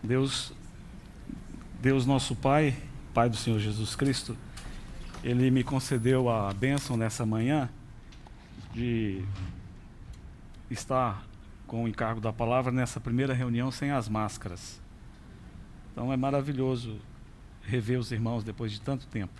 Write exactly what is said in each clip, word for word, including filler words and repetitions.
Deus, Deus nosso Pai, Pai do Senhor Jesus Cristo, Ele me concedeu a bênção nessa manhã de estar com o encargo da palavra nessa primeira reunião sem as máscaras. Então é maravilhoso rever os irmãos depois de tanto tempo.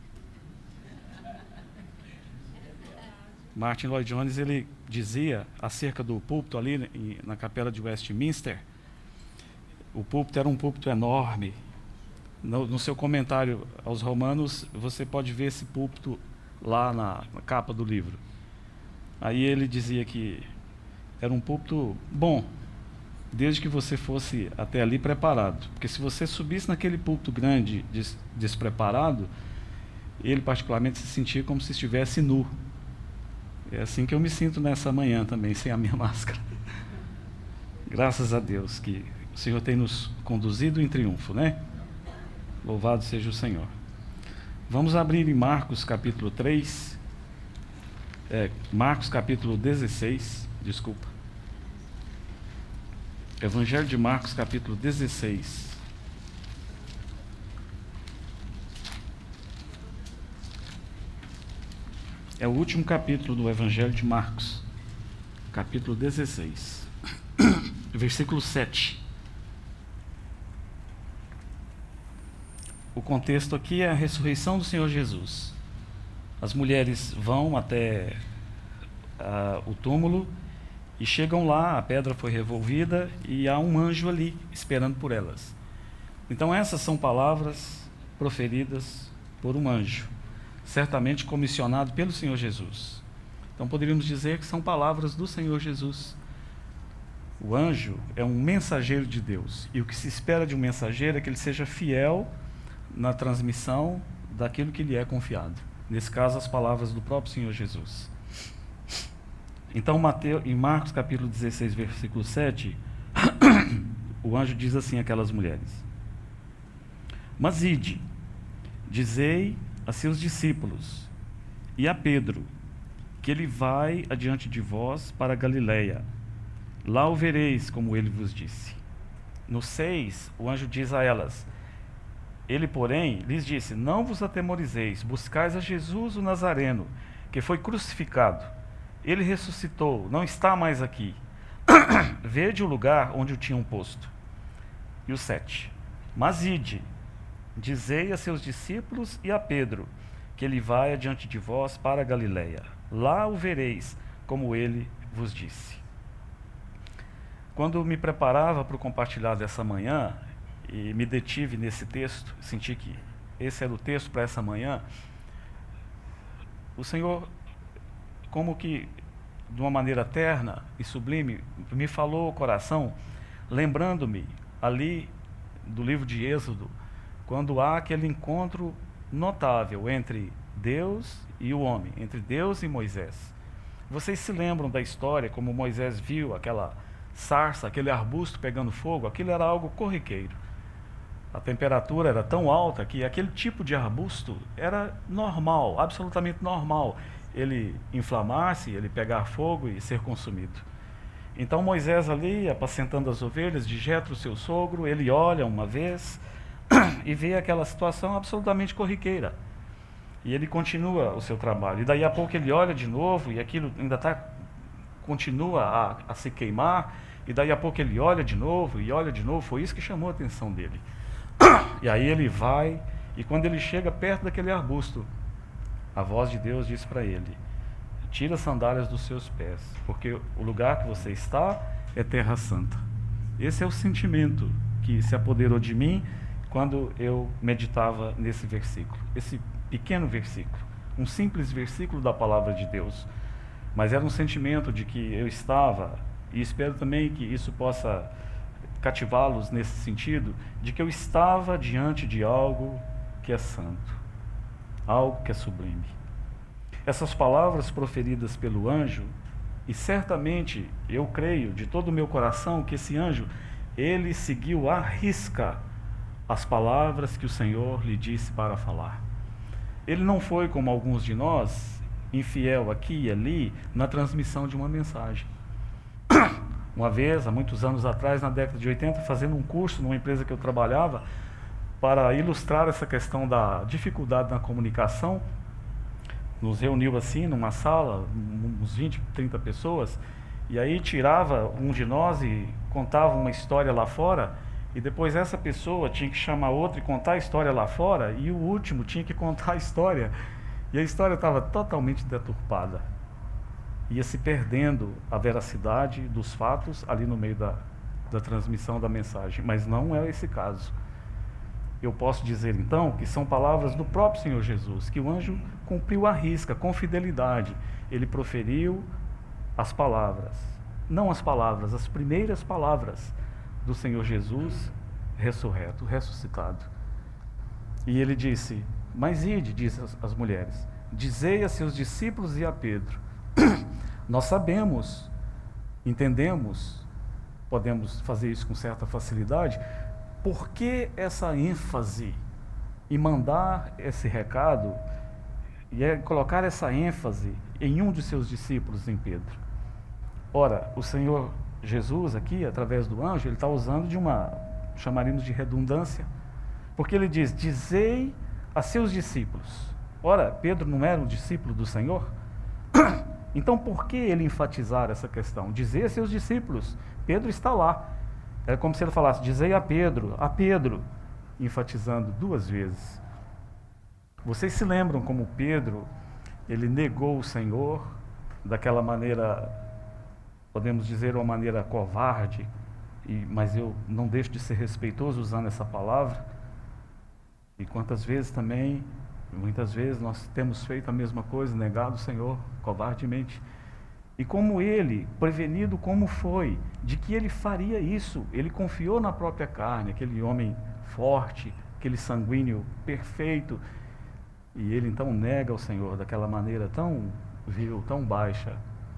Martin Lloyd Jones, ele dizia acerca do púlpito ali na capela de Westminster. O púlpito era um púlpito enorme. No, no seu comentário aos Romanos, você pode ver esse púlpito lá na, na capa do livro. Aí ele dizia que era um púlpito bom, desde que você fosse até ali preparado. Porque se você subisse naquele púlpito grande, des, despreparado, ele particularmente se sentia como se estivesse nu. É assim que eu me sinto nessa manhã também, sem a minha máscara. Graças a Deus que o Senhor tem nos conduzido em triunfo, né? Louvado seja o Senhor. Vamos abrir em Marcos capítulo três, é, Marcos capítulo dezesseis, desculpa. Evangelho de Marcos capítulo dezesseis. É o último capítulo do Evangelho de Marcos, capítulo dezesseis, versículo sete. O contexto aqui é a ressurreição do Senhor Jesus. As mulheres vão até uh, o túmulo e chegam lá, a pedra foi revolvida e há um anjo ali esperando por elas. Então essas são palavras proferidas por um anjo, certamente comissionado pelo Senhor Jesus. Então poderíamos dizer que são palavras do Senhor Jesus. O anjo é um mensageiro de Deus, e o que se espera de um mensageiro é que ele seja fiel na transmissão daquilo que lhe é confiado. Nesse caso, as palavras do próprio Senhor Jesus. Então, Mateus, em Marcos capítulo dezesseis, versículo sete, o anjo diz assim àquelas mulheres: Mas ide, dizei a seus discípulos e a Pedro, que ele vai adiante de vós para a Galileia. Lá o vereis, como ele vos disse. No seis, o anjo diz a elas: Ele, porém, lhes disse: Não vos atemorizeis, buscais a Jesus o Nazareno, que foi crucificado. Ele ressuscitou, não está mais aqui. Vede o lugar onde o tinham posto. E o sete. Mas ide, dizei a seus discípulos e a Pedro, que ele vai adiante de vós para a Galileia. Lá o vereis, como ele vos disse. Quando me preparava para o compartilhar dessa manhã, e me detive nesse texto, senti que esse era o texto para essa manhã, o Senhor, como que de uma maneira terna e sublime, me falou o coração, lembrando-me ali do livro de Êxodo, quando há aquele encontro notável entre Deus e o homem, entre Deus e Moisés. Vocês se lembram da história, como Moisés viu aquela sarça, aquele arbusto pegando fogo? Aquilo era algo corriqueiro. A temperatura era tão alta que aquele tipo de arbusto era normal, absolutamente normal, ele inflamar-se, ele pegar fogo e ser consumido. Então Moisés ali, apacentando as ovelhas de Jetro, seu sogro, ele olha uma vez e vê aquela situação absolutamente corriqueira. E ele continua o seu trabalho. E daí a pouco ele olha de novo e aquilo ainda tá, continua a, a se queimar. E daí a pouco ele olha de novo e olha de novo. Foi isso que chamou a atenção dele. E aí ele vai, e quando ele chega perto daquele arbusto, a voz de Deus diz para ele: Tira as sandálias dos seus pés, porque o lugar que você está é terra santa. Esse é o sentimento que se apoderou de mim quando eu meditava nesse versículo, esse pequeno versículo, um simples versículo da palavra de Deus, mas era um sentimento de que eu estava, e espero também que isso possa cativá-los nesse sentido, de que eu estava diante de algo que é santo, algo que é sublime. Essas palavras proferidas pelo anjo, e certamente eu creio de todo o meu coração que esse anjo, ele seguiu à risca as palavras que o Senhor lhe disse para falar. Ele não foi, como alguns de nós, infiel aqui e ali na transmissão de uma mensagem. uma vez, há muitos anos atrás, na década de oitenta, fazendo um curso numa empresa que eu trabalhava, para ilustrar essa questão da dificuldade na comunicação. Nos reuniu assim, numa sala, uns vinte, trinta pessoas, e aí tirava um de nós e contava uma história lá fora, e depois essa pessoa tinha que chamar outra e contar a história lá fora, e o último tinha que contar a história, e a história estava totalmente deturpada. Ia se perdendo a veracidade dos fatos ali no meio da, da transmissão da mensagem, mas não é esse caso. Eu posso dizer então que são palavras do próprio Senhor Jesus, que o anjo cumpriu à risca, com fidelidade. Ele proferiu as palavras, não as palavras, as primeiras palavras do Senhor Jesus ressurreto, ressuscitado. E ele disse: mas ide, diz as, as mulheres, dizei a seus discípulos e a Pedro, nós sabemos, entendemos, podemos fazer isso com certa facilidade. Por que essa ênfase em mandar esse recado e é colocar essa ênfase em um de seus discípulos, em Pedro? Ora, o Senhor Jesus aqui, através do anjo, ele está usando de uma, chamaríamos de redundância, porque ele diz, dizei a seus discípulos. Ora, Pedro não era um discípulo do Senhor? Então, por que ele enfatizar essa questão? Dizer a seus discípulos, Pedro está lá. É como se ele falasse, dizei a Pedro, a Pedro, enfatizando duas vezes. Vocês se lembram como Pedro, ele negou o Senhor daquela maneira, podemos dizer uma maneira covarde, e, mas eu não deixo de ser respeitoso usando essa palavra. E quantas vezes também, muitas vezes nós temos feito a mesma coisa, negado o Senhor covardemente. E como ele, prevenido como foi, de que ele faria isso, ele confiou na própria carne, aquele homem forte, aquele sanguíneo perfeito, e ele então nega o Senhor daquela maneira tão vil, tão baixa.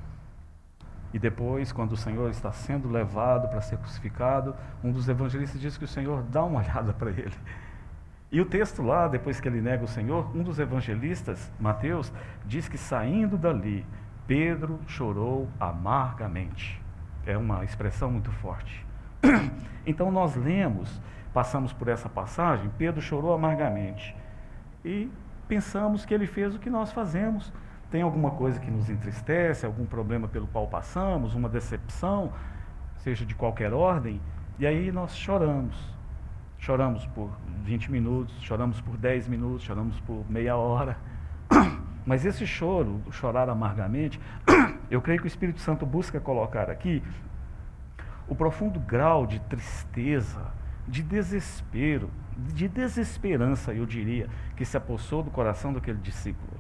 E depois, quando o Senhor está sendo levado para ser crucificado, um dos evangelistas diz que o Senhor dá uma olhada para ele. E o texto lá, depois que ele nega o Senhor, um dos evangelistas, Mateus, diz que saindo dali, Pedro chorou amargamente. É uma expressão muito forte. Então nós lemos, passamos por essa passagem, Pedro chorou amargamente. E pensamos que ele fez o que nós fazemos. Tem alguma coisa que nos entristece, algum problema pelo qual passamos, uma decepção, seja de qualquer ordem, e aí nós choramos. Choramos por vinte minutos, choramos por dez minutos, choramos por meia hora. Mas esse choro, chorar amargamente, eu creio que o Espírito Santo busca colocar aqui o profundo grau de tristeza, de desespero, de desesperança, eu diria, que se apossou do coração daquele discípulo.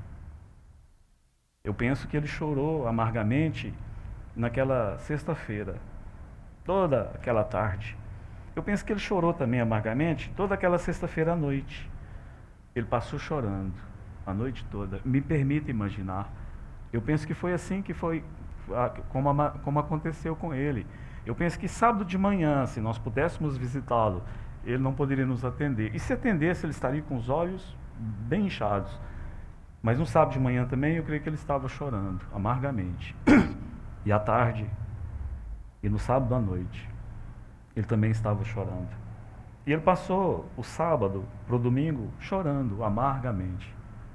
Eu penso que ele chorou amargamente naquela sexta-feira, toda aquela tarde. Eu penso que ele chorou também amargamente toda aquela sexta-feira à noite. Ele passou chorando a noite toda. Me permita imaginar. Eu penso que foi assim que foi, como, como aconteceu com ele. Eu penso que sábado de manhã, se nós pudéssemos visitá-lo, ele não poderia nos atender. E se atendesse, ele estaria com os olhos bem inchados. Mas no sábado de manhã também, eu creio que ele estava chorando amargamente. E à tarde, e no sábado à noite, ele também estava chorando. E ele passou o sábado para o domingo chorando amargamente.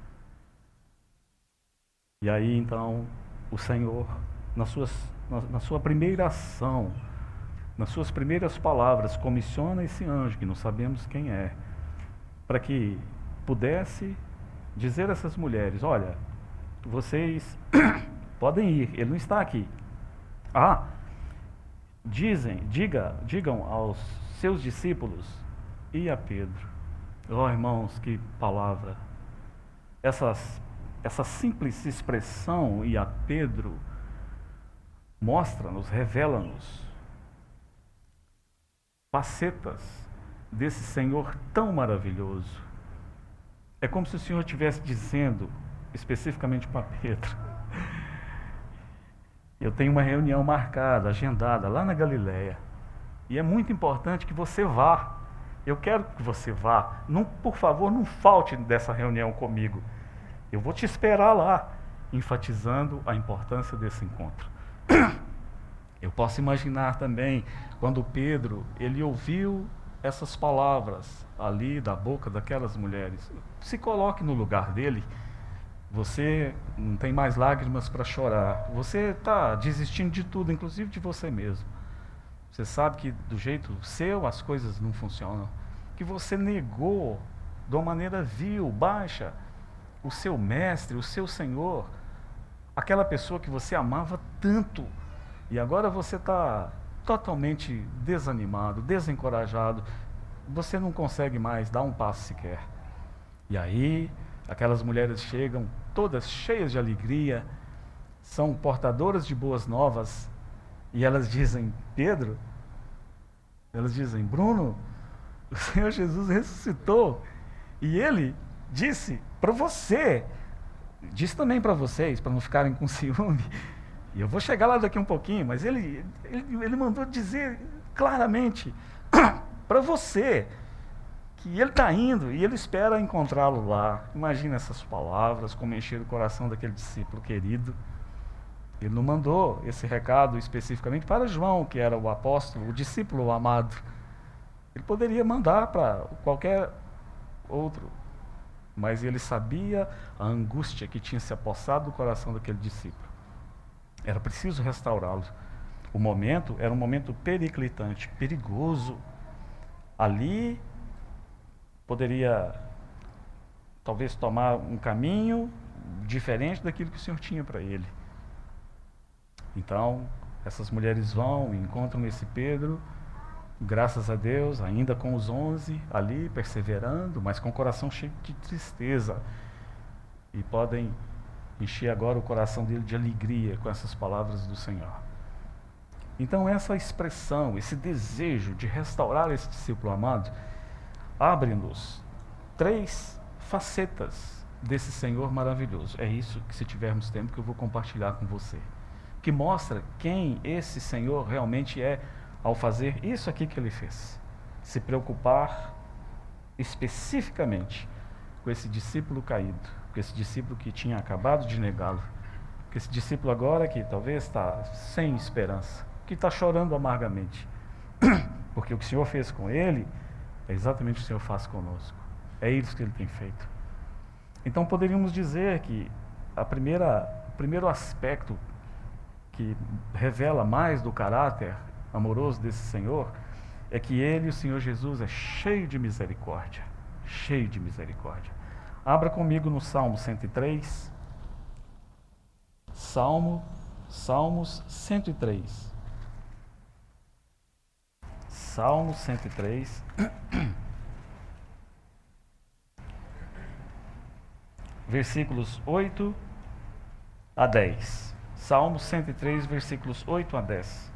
E aí então o Senhor, nas suas, na, na sua primeira ação, nas suas primeiras palavras, comissiona esse anjo, que não sabemos quem é, para que pudesse dizer a essas mulheres, olha, vocês podem ir, ele não está aqui. Ah, dizem, diga, digam aos seus discípulos e a Pedro. Oh, irmãos, que palavra! Essas, essa simples expressão, e a Pedro, mostra-nos, revela-nos facetas desse Senhor tão maravilhoso. É como se o Senhor estivesse dizendo, especificamente para Pedro, eu tenho uma reunião marcada, agendada, lá na Galileia, e é muito importante que você vá. Eu quero que você vá. Não, por favor, não falte dessa reunião comigo. Eu vou te esperar lá, enfatizando a importância desse encontro. Eu posso imaginar também quando Pedro ele ouviu essas palavras ali da boca daquelas mulheres. Se coloque no lugar dele. Você não tem mais lágrimas para chorar. Você está desistindo de tudo, inclusive de você mesmo. Você sabe que do jeito seu as coisas não funcionam. Que você negou de uma maneira vil, baixa, o seu mestre, o seu Senhor, aquela pessoa que você amava tanto. E agora você está totalmente desanimado, desencorajado. Você não consegue mais dar um passo sequer. E aí, aquelas mulheres chegam todas cheias de alegria, são portadoras de boas novas, e elas dizem: Pedro, elas dizem: Bruno, o Senhor Jesus ressuscitou, e Ele disse para você, disse também para vocês, para não ficarem com ciúme, e eu vou chegar lá daqui um pouquinho, mas Ele, ele, ele mandou dizer claramente para você, que ele está indo e ele espera encontrá-lo lá. Imagina essas palavras, como encher o coração daquele discípulo querido. Ele não mandou esse recado especificamente para João, que era o apóstolo, o discípulo amado. Ele poderia mandar para qualquer outro, mas ele sabia a angústia que tinha se apossado do coração daquele discípulo. Era preciso restaurá-lo. O momento era um momento periclitante, perigoso. Ali poderia talvez tomar um caminho diferente daquilo que o Senhor tinha para ele. Então, essas mulheres vão e encontram esse Pedro, graças a Deus, ainda com os onze ali, perseverando, mas com o coração cheio de tristeza. E podem encher agora o coração dele de alegria com essas palavras do Senhor. Então, essa expressão, esse desejo de restaurar esse discípulo amado, abre-nos três facetas desse Senhor maravilhoso. É isso que, se tivermos tempo, que eu vou compartilhar com você. Que mostra quem esse Senhor realmente é ao fazer isso aqui que Ele fez. Se preocupar especificamente com esse discípulo caído, com esse discípulo que tinha acabado de negá-lo, com esse discípulo agora que talvez está sem esperança, que está chorando amargamente. Porque o que o Senhor fez com ele é exatamente o que o Senhor faz conosco. É isso que Ele tem feito. Então poderíamos dizer que a primeira, o primeiro aspecto que revela mais do caráter amoroso desse Senhor é que Ele, o Senhor Jesus, é cheio de misericórdia. Cheio de misericórdia. Abra comigo no Salmo cento e três. Salmo, Salmos cento e três. Salmo cento e três. Versículos oito a dez. Salmo cento e três, versículos oito a dez.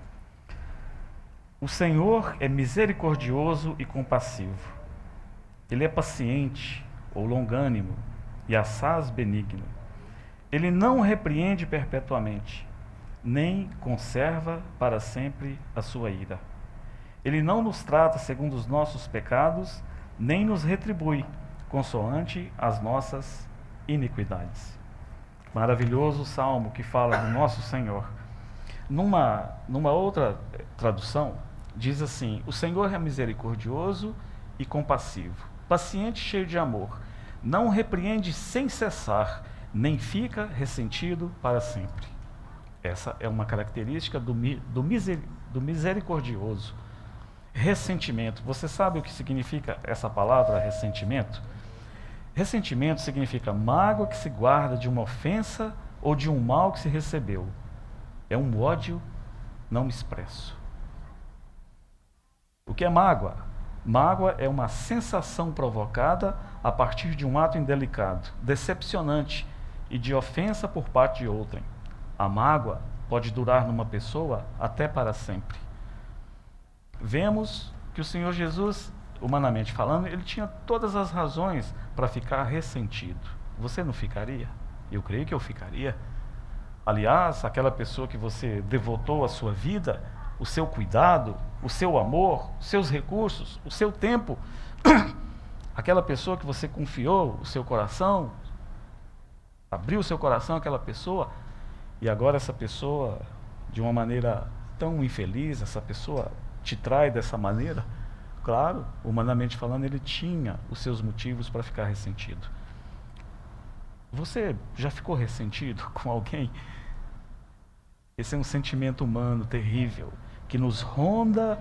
O Senhor é misericordioso e compassivo. Ele é paciente ou longânimo e assaz benigno. Ele não repreende perpetuamente, nem conserva para sempre a sua ira. Ele não nos trata segundo os nossos pecados, nem nos retribui consoante as nossas iniquidades. Maravilhoso salmo que fala do nosso Senhor. Numa, numa outra tradução, diz assim: o Senhor é misericordioso e compassivo, paciente, cheio de amor, não repreende sem cessar, nem fica ressentido para sempre. Essa é uma característica do, do, miser, do misericordioso. Ressentimento. Você sabe o que significa essa palavra ressentimento? Ressentimento significa mágoa que se guarda de uma ofensa ou de um mal que se recebeu. É um ódio não expresso. O que é mágoa? Mágoa é uma sensação provocada a partir de um ato indelicado, decepcionante e de ofensa por parte de outrem. A mágoa pode durar numa pessoa até para sempre. Vemos que o Senhor Jesus, humanamente falando, ele tinha todas as razões para ficar ressentido. Você não ficaria? Eu creio que eu ficaria. Aliás, aquela pessoa que você devotou a sua vida, o seu cuidado, o seu amor, os seus recursos, o seu tempo, aquela pessoa que você confiou o seu coração, abriu o seu coração àquela pessoa, e agora essa pessoa, de uma maneira tão infeliz, essa pessoa te trai dessa maneira. Claro, humanamente falando, ele tinha os seus motivos para ficar ressentido. Você já ficou ressentido com alguém? Esse é um sentimento humano terrível, que nos ronda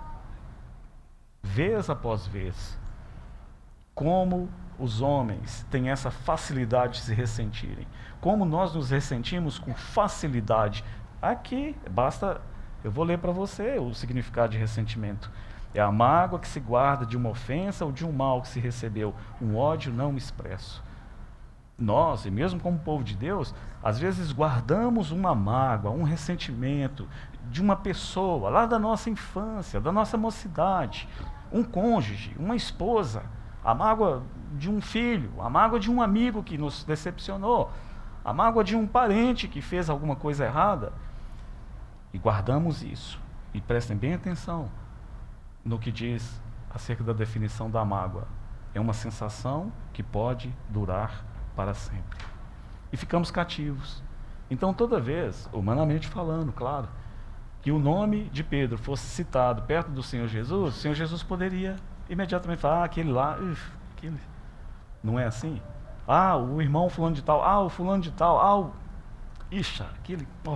vez após vez. Como os homens têm essa facilidade de se ressentirem. Como nós nos ressentimos com facilidade. Aqui, basta, eu vou ler para você o significado de ressentimento. É a mágoa que se guarda de uma ofensa ou de um mal que se recebeu, um ódio não expresso. Nós, e mesmo como povo de Deus, às vezes guardamos uma mágoa, um ressentimento de uma pessoa lá da nossa infância, da nossa mocidade, um cônjuge, uma esposa, a mágoa de um filho, a mágoa de um amigo que nos decepcionou, a mágoa de um parente que fez alguma coisa errada. E guardamos isso. E prestem bem atenção no que diz acerca da definição da mágoa. É uma sensação que pode durar para sempre. E ficamos cativos. Então, toda vez, humanamente falando, claro, que o nome de Pedro fosse citado perto do Senhor Jesus, o Senhor Jesus poderia imediatamente falar, ah, aquele lá, uf, aquele. Não é assim? Ah, o irmão fulano de tal, ah, o fulano de tal, ah, o... Ixa, aquele, ó.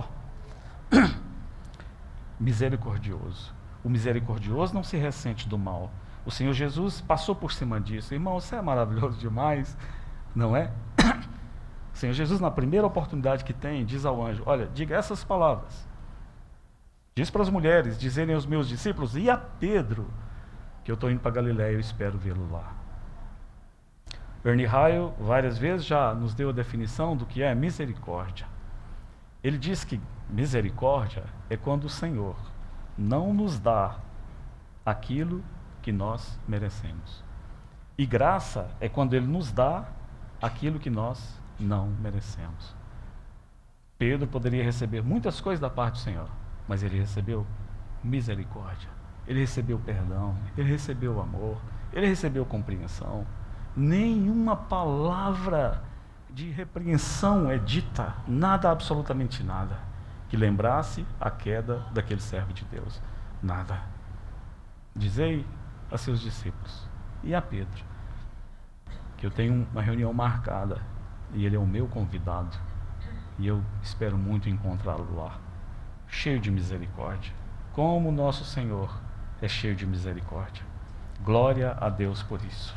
Misericordioso. O misericordioso não se ressente do mal. O Senhor Jesus passou por cima disso. Irmão, você é maravilhoso demais, não é? O Senhor Jesus, na primeira oportunidade que tem, diz ao anjo, olha, diga essas palavras. Diz para as mulheres, dizerem aos meus discípulos, e a Pedro, que eu estou indo para Galiléia, eu espero vê-lo lá. Ernie Ryle, várias vezes, já nos deu a definição do que é misericórdia. Ele diz que misericórdia é quando o Senhor não nos dá aquilo que nós merecemos. E graça é quando Ele nos dá aquilo que nós não merecemos. Pedro poderia receber muitas coisas da parte do Senhor, mas ele recebeu misericórdia, ele recebeu perdão, ele recebeu amor, ele recebeu compreensão. Nenhuma palavra de repreensão é dita, nada, absolutamente nada, que lembrasse a queda daquele servo de Deus. Nada. Dizei a seus discípulos e a Pedro que eu tenho uma reunião marcada e ele é o meu convidado e eu espero muito encontrá-lo lá, cheio de misericórdia, como o nosso Senhor é cheio de misericórdia. Glória a Deus por isso.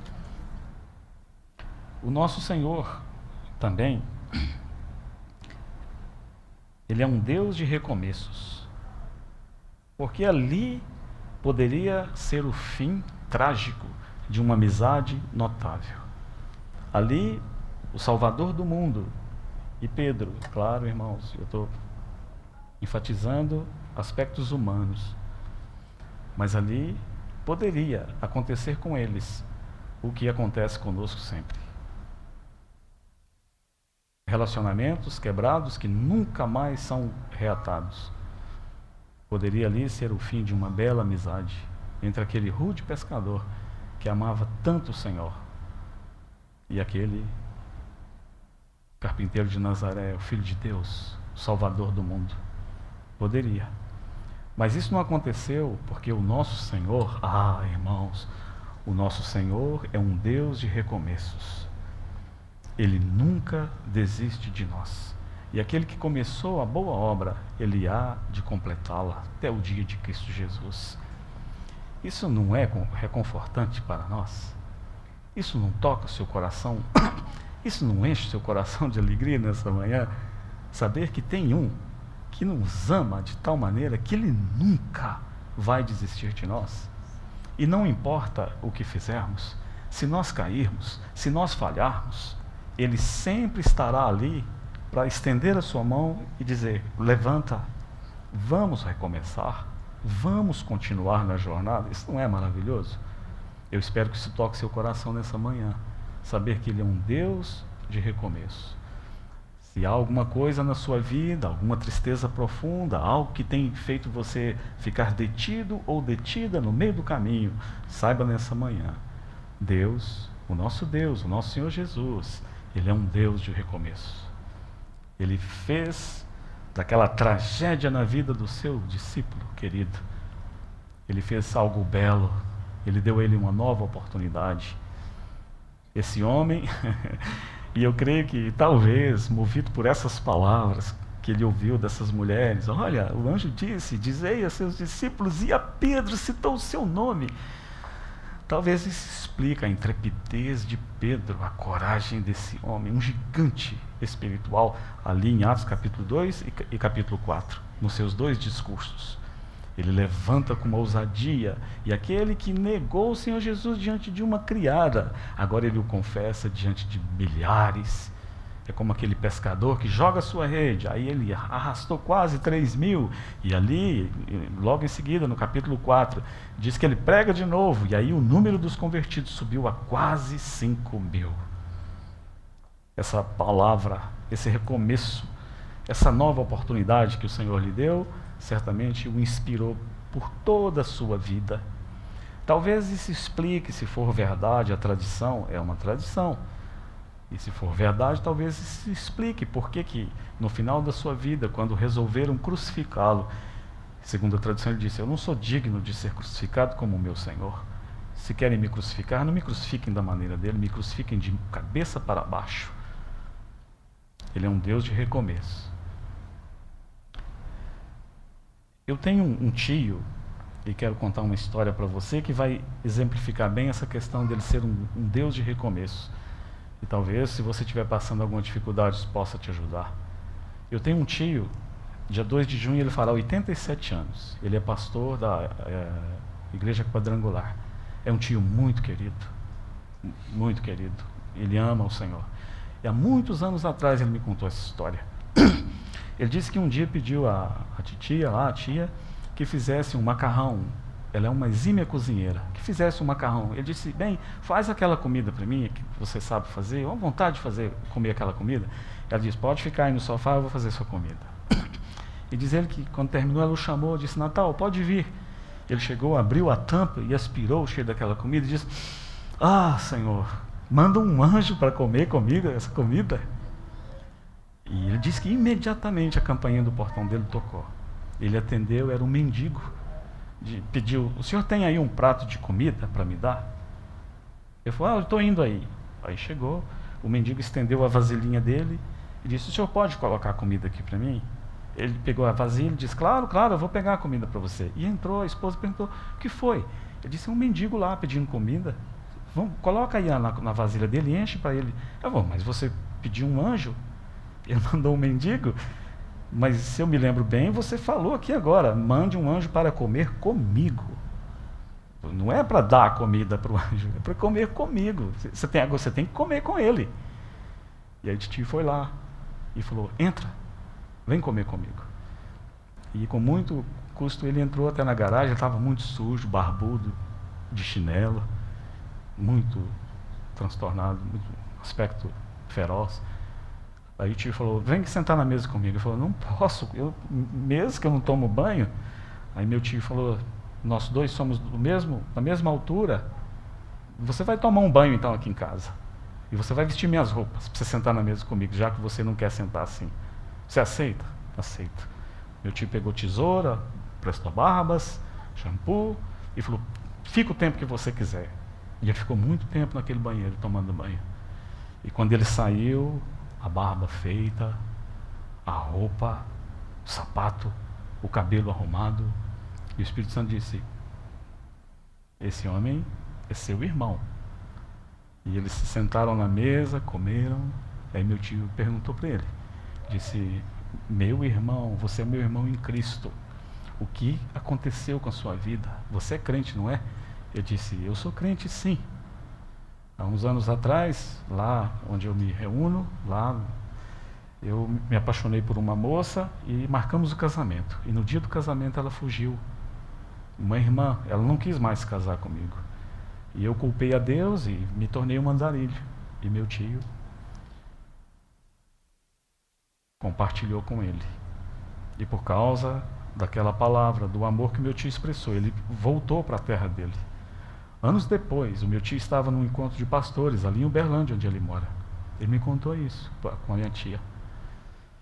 O nosso Senhor também, Ele é um Deus de recomeços, porque ali poderia ser o fim trágico de uma amizade notável. Ali, o Salvador do mundo, e Pedro, claro, irmãos, eu estou enfatizando aspectos humanos, mas ali poderia acontecer com eles o que acontece conosco sempre. Relacionamentos quebrados que nunca mais são reatados. Poderia ali ser o fim de uma bela amizade entre aquele rude pescador que amava tanto o Senhor e aquele carpinteiro de Nazaré, o Filho de Deus, o Salvador do mundo. Poderia. Mas isso não aconteceu porque o nosso Senhor, ah, irmãos, o nosso Senhor é um Deus de recomeços. Ele nunca desiste de nós. E aquele que começou a boa obra, Ele há de completá-la até o dia de Cristo Jesus. Isso não é reconfortante para nós? Isso não toca o seu coração? Isso não enche o seu coração de alegria nessa manhã? Saber que tem um que nos ama de tal maneira que Ele nunca vai desistir de nós. E não importa o que fizermos, se nós cairmos, se nós falharmos, Ele sempre estará ali para estender a sua mão e dizer, levanta, vamos recomeçar, vamos continuar na jornada. Isso não é maravilhoso? Eu espero que isso toque seu coração nessa manhã, saber que Ele é um Deus de recomeço. Se há alguma coisa na sua vida, alguma tristeza profunda, algo que tem feito você ficar detido ou detida no meio do caminho, saiba nessa manhã, Deus, o nosso Deus, o nosso Senhor Jesus, Ele é um Deus de recomeço. Ele fez daquela tragédia na vida do seu discípulo querido. Ele fez algo belo, ele deu a ele uma nova oportunidade. Esse homem, e eu creio que talvez, movido por essas palavras que ele ouviu dessas mulheres, olha, o anjo disse, dizei a seus discípulos, e a Pedro citou o seu nome. Talvez isso explique a intrepidez de Pedro, a coragem desse homem, um gigante espiritual, ali em Atos capítulo dois e capítulo quatro, nos seus dois discursos. Ele levanta com uma ousadia, e aquele que negou o Senhor Jesus diante de uma criada, agora ele o confessa diante de milhares. É como aquele pescador que joga a sua rede, aí ele arrastou quase três mil, e ali, logo em seguida, no capítulo quatro, diz que ele prega de novo, e aí o número dos convertidos subiu a quase cinco mil. Essa palavra, esse recomeço, essa nova oportunidade que o Senhor lhe deu, certamente o inspirou por toda a sua vida. Talvez isso explique, se for verdade, a tradição é uma tradição. E se for verdade, talvez isso explique por que que no final da sua vida, quando resolveram crucificá-lo, segundo a tradição ele disse, eu não sou digno de ser crucificado como o meu Senhor. Se querem me crucificar, não me crucifiquem da maneira dele, me crucifiquem de cabeça para baixo. Ele é um Deus de recomeço. Eu tenho um tio, e quero contar uma história para você, que vai exemplificar bem essa questão dele ser um, um Deus de recomeço. E talvez, se você estiver passando alguma dificuldade, isso possa te ajudar. Eu tenho um tio, dia dois de junho ele fará oitenta e sete anos. Ele é pastor da é, Igreja Quadrangular. É um tio muito querido, muito querido. Ele ama o Senhor. E há muitos anos atrás ele me contou essa história. Ele disse que um dia pediu a, a titia, lá, a tia, que fizesse um macarrão. Ela é uma exímia cozinheira. Que fizesse um macarrão. Ele disse, bem, faz aquela comida para mim, que você sabe fazer. Eu vontade de fazer, comer aquela comida. Ela disse, pode ficar aí no sofá, eu vou fazer sua comida. E diz ele que quando terminou, ela o chamou, disse, Natal, pode vir. Ele chegou, abriu a tampa e aspirou o cheiro daquela comida e disse, ah, Senhor, manda um anjo para comer comigo essa comida. E ele disse que imediatamente a campainha do portão dele tocou. Ele atendeu, era um mendigo. De, pediu, o senhor tem aí um prato de comida para me dar? Ele falou, ah, eu estou indo aí. Aí chegou, o mendigo estendeu a vasilhinha dele e disse, o senhor pode colocar a comida aqui para mim? Ele pegou a vasilha e disse, claro, claro, eu vou pegar a comida para você. E entrou, a esposa perguntou, o que foi? Ele disse, é um mendigo lá pedindo comida. Vamos, coloca aí na, na vasilha dele e enche para ele. Eu vou, mas você pediu um anjo? Ele mandou um mendigo? Mas se eu me lembro bem, você falou aqui agora, mande um anjo para comer comigo. Não é para dar a comida para o anjo, é para comer comigo. Você tem, você tem que comer com ele. E aí Titi foi lá e falou, entra, vem comer comigo. E com muito custo ele entrou até na garagem, estava muito sujo, barbudo, de chinelo, muito transtornado, muito aspecto feroz. Aí o tio falou, vem sentar na mesa comigo. Ele falou, não posso, eu, mesmo que eu não tomo banho. Aí meu tio falou, nós dois somos do mesmo, da mesma altura, você vai tomar um banho então aqui em casa. E você vai vestir minhas roupas para você sentar na mesa comigo, já que você não quer sentar assim. Você aceita? Aceita. Meu tio pegou tesoura, prestou barbas, shampoo, e falou, fica o tempo que você quiser. E ele ficou muito tempo naquele banheiro, tomando banho. E quando ele saiu, a barba feita, a roupa, o sapato, o cabelo arrumado. E o Espírito Santo disse, esse homem é seu irmão. E eles se sentaram na mesa, comeram. Aí meu tio perguntou para ele, disse, meu irmão, você é meu irmão em Cristo. O que aconteceu com a sua vida? Você é crente, não é? Eu disse, eu sou crente sim. Há uns anos atrás, lá onde eu me reúno, lá eu me apaixonei por uma moça e marcamos o casamento. E no dia do casamento ela fugiu. Uma irmã, ela não quis mais se casar comigo. E eu culpei a Deus e me tornei um andarilho. E meu tio compartilhou com ele. E por causa daquela palavra, do amor que meu tio expressou, ele voltou para a terra dele. Anos depois, o meu tio estava num encontro de pastores, ali em Uberlândia, onde ele mora. Ele me contou isso com a minha tia.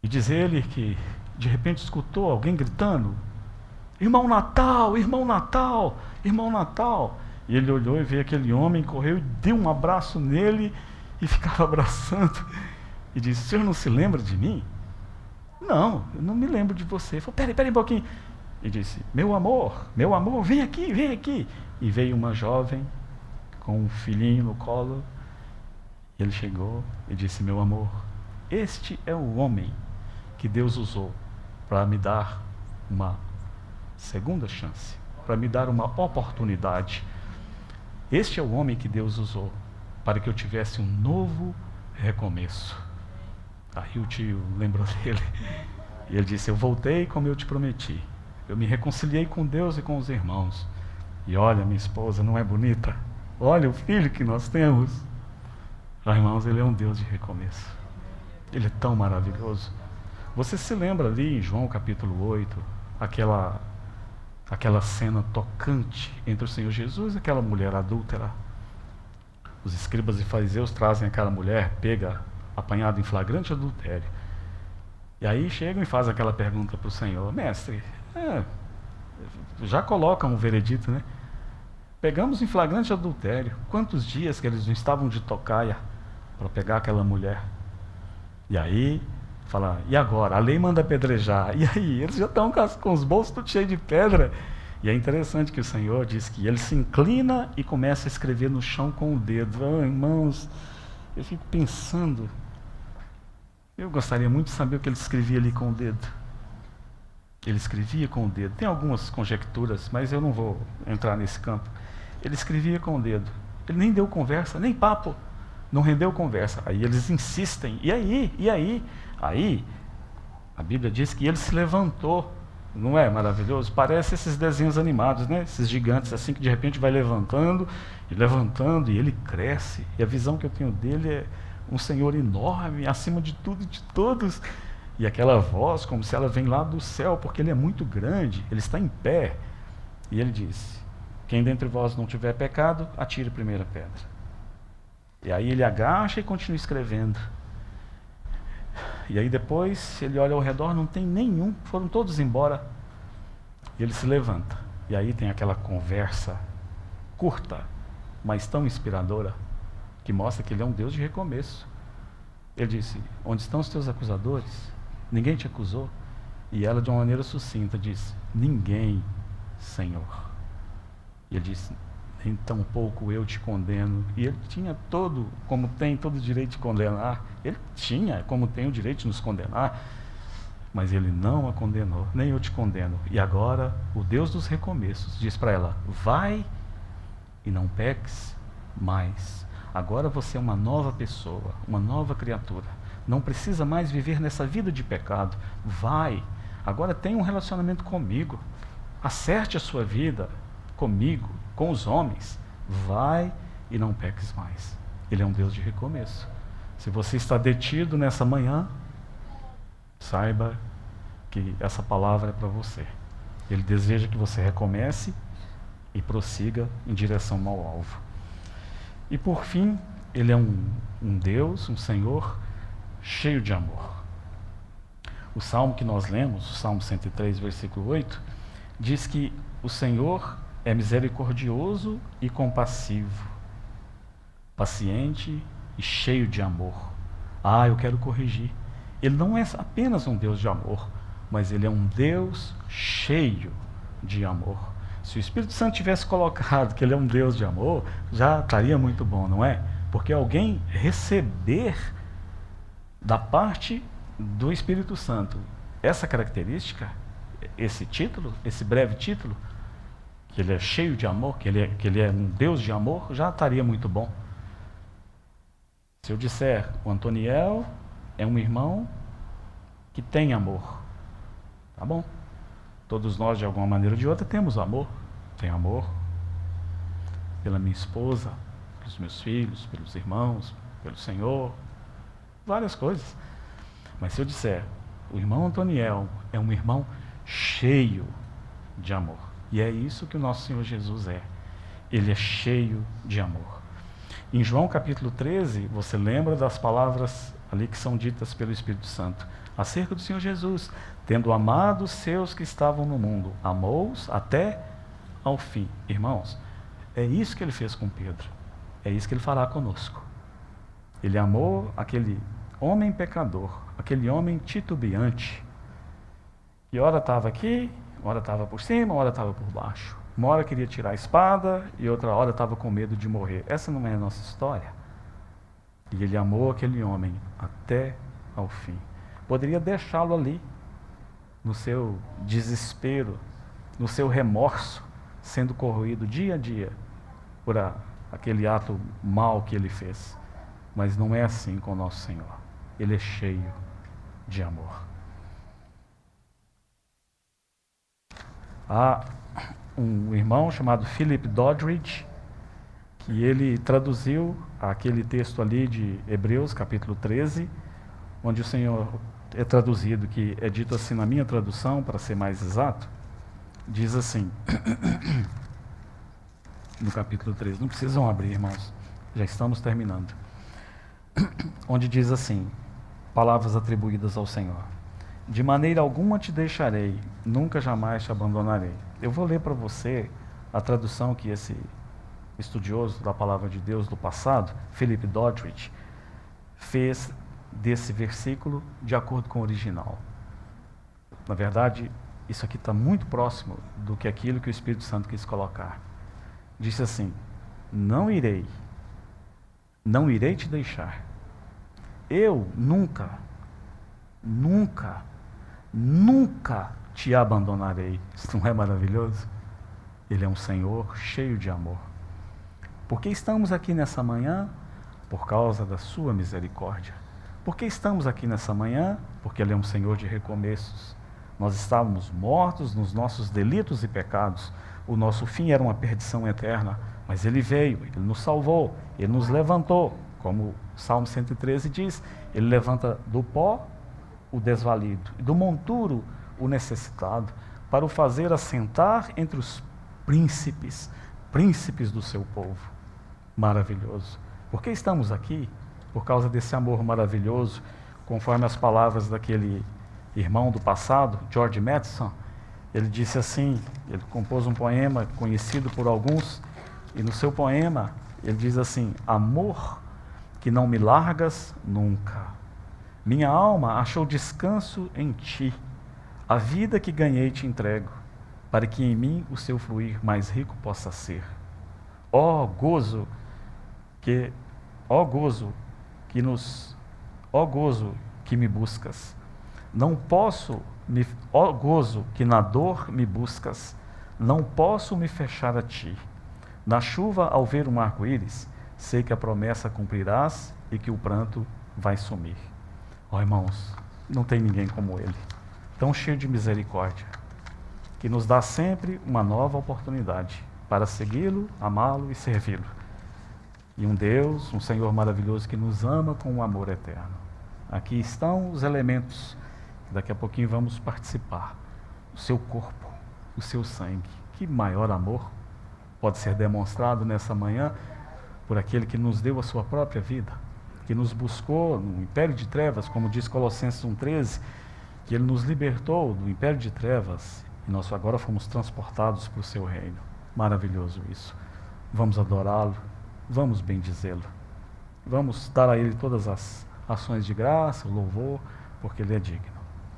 E diz ele que de repente escutou alguém gritando: irmão Natal, irmão Natal, irmão Natal. E ele olhou e veio aquele homem, correu e deu um abraço nele e ficava abraçando. E disse: o senhor não se lembra de mim? Não, eu não me lembro de você. Ele falou: peraí, peraí um pouquinho. E disse: meu amor, meu amor, vem aqui, vem aqui. E veio uma jovem com um filhinho no colo. E ele chegou e disse: meu amor, este é o homem que Deus usou para me dar uma segunda chance, para me dar uma oportunidade. Este é o homem que Deus usou para que eu tivesse um novo recomeço. Aí o tio lembrou dele e ele disse: eu voltei como eu te prometi, eu me reconciliei com Deus e com os irmãos. E olha, minha esposa não é bonita? Olha o filho que nós temos. Ah, irmãos, ele é um Deus de recomeço. Ele é tão maravilhoso. Você se lembra ali em João capítulo oito, aquela, aquela cena tocante entre o Senhor Jesus e aquela mulher adúltera? Os escribas e fariseus trazem aquela mulher pega, apanhada em flagrante adultério. E aí chegam e fazem aquela pergunta para o Senhor: mestre, é, já colocam um veredito, né? Pegamos em flagrante adultério. Quantos dias que eles não estavam de tocaia para pegar aquela mulher? E aí fala: e agora? A lei manda apedrejar. E aí? Eles já estão com os bolsos tudo cheios de pedra. E é interessante que o Senhor diz que ele se inclina e começa a escrever no chão com o dedo. Oh, irmãos, eu fico pensando, eu gostaria muito de saber o que ele escrevia ali com o dedo. Ele escrevia com o dedo. Tem algumas conjecturas, mas eu não vou entrar nesse campo. Ele escrevia com o dedo. Ele nem deu conversa, nem papo. Não rendeu conversa. Aí eles insistem. E aí? E aí? Aí, a Bíblia diz que ele se levantou. Não é maravilhoso? Parece esses desenhos animados, né? Esses gigantes assim que de repente vai levantando e levantando e ele cresce. E a visão que eu tenho dele é um Senhor enorme, acima de tudo e de todos. E aquela voz como se ela vem lá do céu, porque ele é muito grande. Ele está em pé. E ele diz: quem dentre vós não tiver pecado, atire a primeira pedra. E aí ele agacha e continua escrevendo. E aí depois ele olha ao redor, não tem nenhum, foram todos embora. E ele se levanta. E aí tem aquela conversa curta, mas tão inspiradora, que mostra que ele é um Deus de recomeço. Ele disse: onde estão os teus acusadores? Ninguém te acusou? E ela, de uma maneira sucinta, disse: ninguém, Senhor. E ele disse: nem tampouco eu te condeno. E ele tinha todo, como tem todo o direito de condenar, ele tinha, como tem o direito de nos condenar, mas ele não a condenou, nem eu te condeno. E agora, o Deus dos recomeços diz para ela: vai e não peques mais. Agora você é uma nova pessoa, uma nova criatura. Não precisa mais viver nessa vida de pecado. Vai, agora tenha um relacionamento comigo. Acerte a sua vida comigo, com os homens. Vai e não peques mais. Ele é um Deus de recomeço. Se você está detido nessa manhã, saiba que essa palavra é para você. Ele deseja que você recomece e prossiga em direção ao alvo. E por fim, ele é um, um Deus, um Senhor cheio de amor. O salmo que nós lemos, o Salmo cento e três, versículo oito, diz que o Senhor é misericordioso e compassivo, paciente e cheio de amor. Ah, eu quero corrigir. Ele não é apenas um Deus de amor, mas ele é um Deus cheio de amor. Se o Espírito Santo tivesse colocado que ele é um Deus de amor, já estaria muito bom, não é? Porque alguém receber da parte do Espírito Santo essa característica, esse título, esse breve título, que ele é cheio de amor, que ele é, que ele é um Deus de amor, já estaria muito bom. Se eu disser, o Antoniel é um irmão que tem amor, tá bom? Todos nós, de alguma maneira ou de outra, temos amor. Tenho amor pela minha esposa, pelos meus filhos, pelos irmãos, pelo Senhor, várias coisas. Mas se eu disser, o irmão Antoniel é um irmão cheio de amor. E é isso que o nosso Senhor Jesus é. Ele é cheio de amor. Em João capítulo treze, você lembra das palavras ali que são ditas pelo Espírito Santo, acerca do Senhor Jesus, tendo amado os seus que estavam no mundo, amou-os até ao fim. Irmãos, é isso que ele fez com Pedro, é isso que ele fará conosco. Ele amou aquele homem pecador, aquele homem titubeante, que ora estava aqui, ora estava por cima, ora estava por baixo. Uma hora queria tirar a espada e outra hora estava com medo de morrer. Essa não é a nossa história. E ele amou aquele homem até ao fim. Poderia deixá-lo ali, no seu desespero, no seu remorso, sendo corroído dia a dia por a, aquele ato mau que ele fez. Mas não é assim com o nosso Senhor. Ele é cheio de amor. Há um irmão chamado Philip Doddridge, que ele traduziu aquele texto ali de Hebreus, capítulo treze, onde o Senhor é traduzido, que é dito assim na minha tradução, para ser mais exato, diz assim, no capítulo treze, não precisam abrir, irmãos, já estamos terminando, onde diz assim, palavras atribuídas ao Senhor: de maneira alguma te deixarei, nunca jamais te abandonarei. Eu vou ler para você a tradução que esse estudioso da palavra de Deus do passado, Philip Doddridge, fez desse versículo de acordo com o original. Na verdade, isso aqui está muito próximo do que aquilo que o Espírito Santo quis colocar. Disse assim: não irei, não irei te deixar. Eu nunca, nunca, nunca te abandonarei. Isso não é maravilhoso? Ele é um Senhor cheio de amor. Por que estamos aqui nessa manhã? Por causa da sua misericórdia. Por que estamos aqui nessa manhã? Porque Ele é um Senhor de recomeços. Nós estávamos mortos nos nossos delitos e pecados. O nosso fim era uma perdição eterna. Mas Ele veio, Ele nos salvou, Ele nos levantou. Como o Salmo cento e treze diz, Ele levanta do pó o desvalido, e do monturo o necessitado, para o fazer assentar entre os príncipes, príncipes do seu povo. Maravilhoso. Por que estamos aqui? Por causa desse amor maravilhoso, conforme as palavras daquele irmão do passado, George Matheson. Ele disse assim, ele compôs um poema conhecido por alguns, e no seu poema ele diz assim: amor que não me largas nunca, minha alma achou descanso em ti, a vida que ganhei te entrego, para que em mim o seu fluir mais rico possa ser. Ó gozo que, ó gozo que nos, ó gozo que me buscas, não posso me, ó gozo que na dor me buscas, não posso me fechar a ti. Na chuva, ao ver um arco-íris, sei que a promessa cumprirás e que o pranto vai sumir. Ó irmãos, não tem ninguém como Ele, tão cheio de misericórdia, que nos dá sempre uma nova oportunidade para segui-lo, amá-lo e servi-lo. E um Deus, um Senhor maravilhoso que nos ama com um amor eterno. Aqui estão os elementos, que daqui a pouquinho vamos participar. O seu corpo, o seu sangue. Que maior amor pode ser demonstrado nessa manhã por aquele que nos deu a sua própria vida, que nos buscou no império de trevas, como diz Colossenses um treze, que Ele nos libertou do império de trevas e nós agora fomos transportados para o seu reino. Maravilhoso isso. Vamos adorá-lo, vamos bendizê-lo, vamos dar a Ele todas as ações de graça, louvor, porque Ele é digno.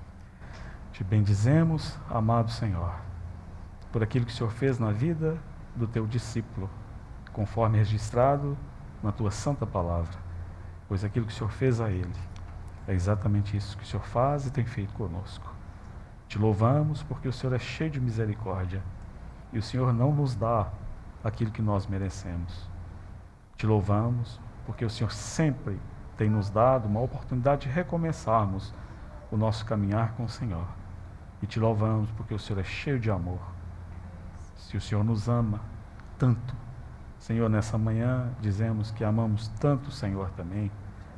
Te bendizemos, amado Senhor, por aquilo que o Senhor fez na vida do teu discípulo, conforme registrado na tua santa palavra, pois aquilo que o Senhor fez a ele é exatamente isso que o Senhor faz e tem feito conosco. Te louvamos porque o Senhor é cheio de misericórdia e o Senhor não nos dá aquilo que nós merecemos. Te louvamos porque o Senhor sempre tem nos dado uma oportunidade de recomeçarmos o nosso caminhar com o Senhor. E te louvamos porque o Senhor é cheio de amor. Se o Senhor nos ama tanto, Senhor, nessa manhã dizemos que amamos tanto o Senhor também.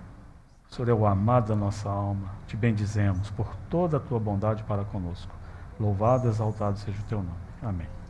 O Senhor é o amado da nossa alma. Te bendizemos por toda a tua bondade para conosco. Louvado e exaltado seja o teu nome. Amém.